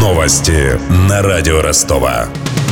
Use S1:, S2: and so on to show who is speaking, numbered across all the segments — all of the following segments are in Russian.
S1: Новости на радио Ростова.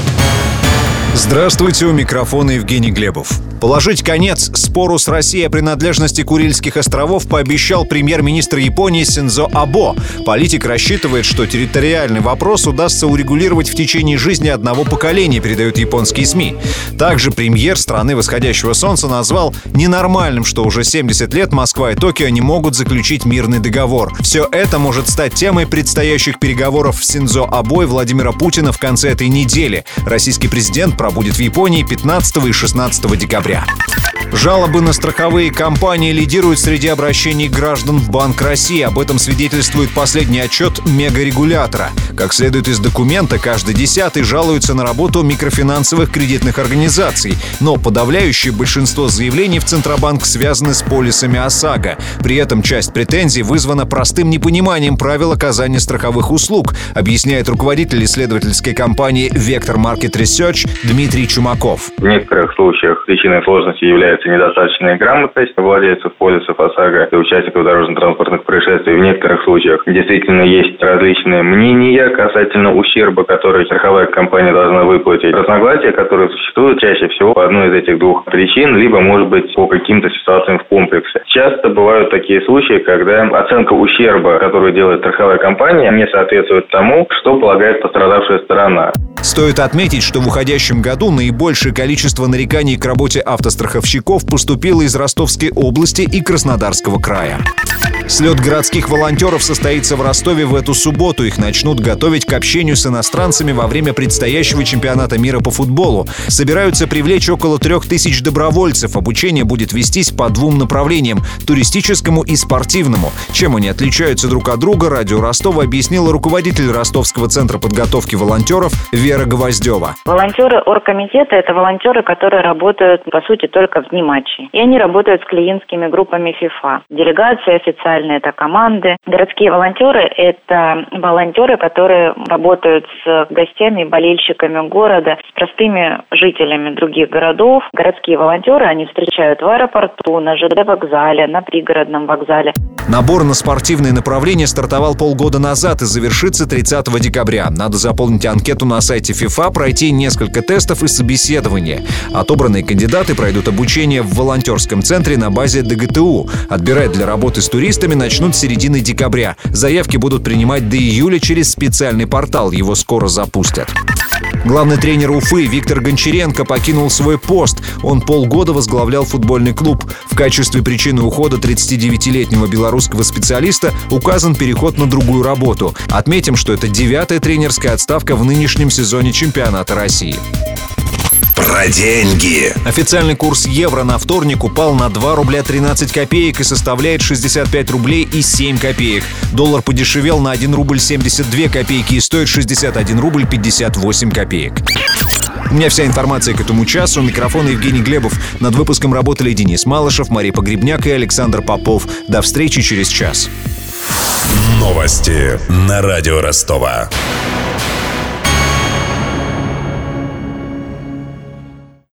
S2: Здравствуйте, у микрофона Евгений Глебов. Положить конец спору с Россией о принадлежности Курильских островов пообещал премьер-министр Японии Синдзо Абе. Политик рассчитывает, что территориальный вопрос удастся урегулировать в течение жизни одного поколения, передают японские СМИ. Также премьер страны восходящего солнца назвал ненормальным, что уже 70 лет Москва и Токио не могут заключить мирный договор. Все это может стать темой предстоящих переговоров Синдзо Абе и Владимира Путина в конце этой недели. Российский президент пробудет в Японии 15 и 16 декабря. Жалобы на страховые компании лидируют среди обращений граждан в Банк России. Об этом свидетельствует последний отчет мегарегулятора. Как следует из документа, каждый 10-й жалуется на работу микрофинансовых кредитных организаций. Но подавляющее большинство заявлений в Центробанк связаны с полисами ОСАГО. При этом часть претензий вызвана простым непониманием правил оказания страховых услуг, объясняет руководитель исследовательской компании Vector Market Research Дмитрий Чумаков.
S3: В некоторых случаях причиной сложности является недостаточная грамотность владельцев полисов ОСАГО и участников дорожно-транспортных происшествий. В некоторых случаях действительно есть различные мнения касательно ущерба, который страховая компания должна выплатить. Разногласия, которые существуют, чаще всего по одной из этих двух причин, либо, может быть, по каким-то ситуациям в комплексе. Часто бывают такие случаи, когда оценка ущерба, которую делает страховая компания, не соответствует тому, что полагает пострадавшая сторона.
S2: Стоит отметить, что в уходящем году наибольшее количество нареканий к работе автостраховщиков поступило из Ростовской области и Краснодарского края. Слет городских волонтеров состоится в Ростове в эту субботу. Их начнут готовить к общению с иностранцами во время предстоящего чемпионата мира по футболу. Собираются привлечь около 3000 добровольцев. Обучение будет вестись по двум направлениям – туристическому и спортивному. Чем они отличаются друг от друга, радио Ростова объяснила руководитель Ростовского центра подготовки волонтеров Вера Гвоздева.
S4: Волонтеры оргкомитета – это волонтеры, которые работают, по сути, только в дни матчей. И они работают с клиентскими группами ФИФА. Делегации официальные. Это команды. Городские волонтеры – это волонтеры, которые работают с гостями, болельщиками города, с простыми жителями других городов. Городские волонтеры, они встречают в аэропорту, на ЖД вокзале, на пригородном вокзале.
S2: Набор на спортивные направления стартовал полгода назад и завершится 30 декабря. Надо заполнить анкету на сайте ФИФА, пройти несколько тестов и собеседования. Отобранные кандидаты пройдут обучение в волонтерском центре на базе ДГТУ. Отбирать для работы с туристами начнут с середины декабря. Заявки будут принимать до июля через специальный портал. Его скоро запустят. Главный тренер Уфы Виктор Гончаренко покинул свой пост. Он полгода возглавлял футбольный клуб. В качестве причины ухода 39-летнего белорусского специалиста указан переход на другую работу. Отметим, что это 9-я тренерская отставка в нынешнем сезоне чемпионата России.
S1: Про деньги.
S2: Официальный курс евро на вторник упал на 2 рубля 13 копеек и составляет 65 рублей и 7 копеек. Доллар подешевел на 1 рубль 72 копейки и стоит 61 рубль 58 копеек. У меня вся информация к этому часу. У микрофона Евгений Глебов. Над выпуском работали Денис Малышев, Мария Погребняк и Александр Попов. До встречи через час.
S1: Новости на радио Ростова.